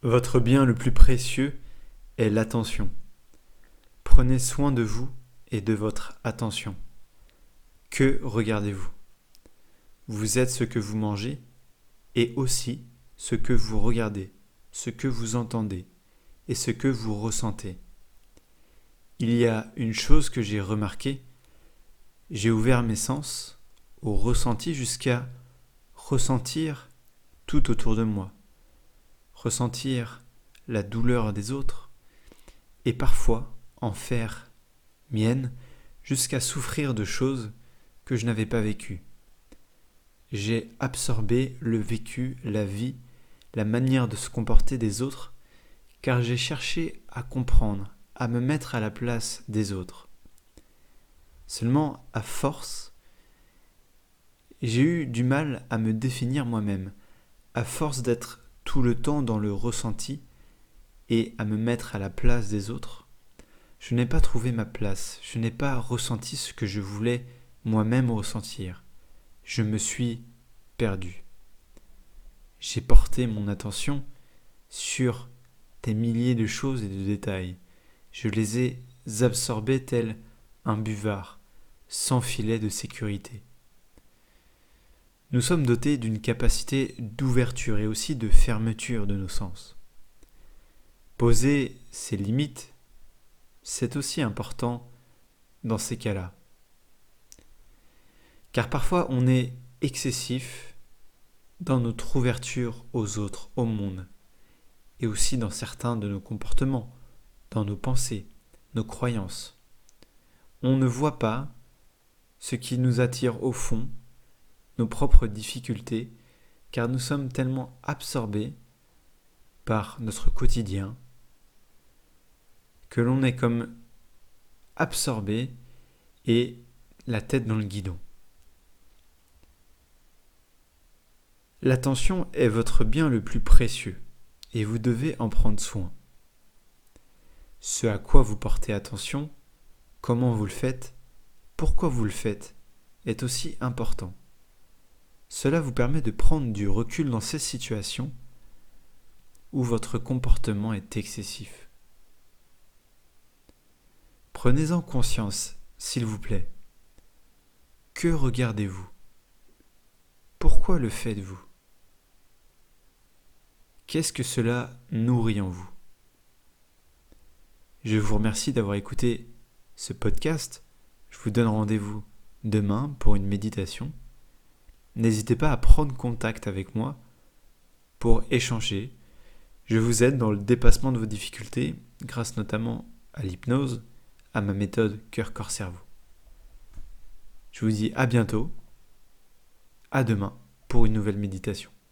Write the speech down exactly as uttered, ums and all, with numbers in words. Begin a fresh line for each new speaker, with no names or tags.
Votre bien le plus précieux est l'attention. Prenez soin de vous et de votre attention. Que regardez-vous? Vous êtes ce que vous mangez et aussi ce que vous regardez, ce que vous entendez et ce que vous ressentez. Il y a une chose que j'ai remarquée, j'ai ouvert mes sens au ressenti jusqu'à ressentir tout autour de moi, ressentir la douleur des autres et parfois en faire mienne jusqu'à souffrir de choses que je n'avais pas vécues. J'ai absorbé le vécu, la vie, la manière de se comporter des autres, car j'ai cherché à comprendre, à me mettre à la place des autres. Seulement, à force, j'ai eu du mal à me définir moi-même, à force d'être tout le temps dans le ressenti et à me mettre à la place des autres. Je n'ai pas trouvé ma place, je n'ai pas ressenti ce que je voulais moi-même ressentir. Je me suis perdu. J'ai porté mon attention sur des milliers de choses et de détails. Je les ai absorbés tel un buvard, sans filet de sécurité. Nous sommes dotés d'une capacité d'ouverture et aussi de fermeture de nos sens. Poser ses limites, c'est aussi important dans ces cas-là. Car parfois on est excessif dans notre ouverture aux autres, au monde, et aussi dans certains de nos comportements, dans nos pensées, nos croyances. On ne voit pas ce qui nous attire au fond, nos propres difficultés, car nous sommes tellement absorbés par notre quotidien que l'on est comme absorbé et la tête dans le guidon. L'attention est votre bien le plus précieux et vous devez en prendre soin. Ce à quoi vous portez attention, comment vous le faites, pourquoi vous le faites, est aussi important. Cela vous permet de prendre du recul dans ces situations où votre comportement est excessif. Prenez-en conscience, s'il vous plaît. Que regardez-vous? Pourquoi le faites-vous? Qu'est-ce que cela nourrit en vous? Je vous remercie d'avoir écouté ce podcast. Je vous donne rendez-vous demain pour une méditation. N'hésitez pas à prendre contact avec moi pour échanger. Je vous aide dans le dépassement de vos difficultés grâce notamment à l'hypnose, à ma méthode cœur-corps-cerveau. Je vous dis à bientôt, à demain pour une nouvelle méditation.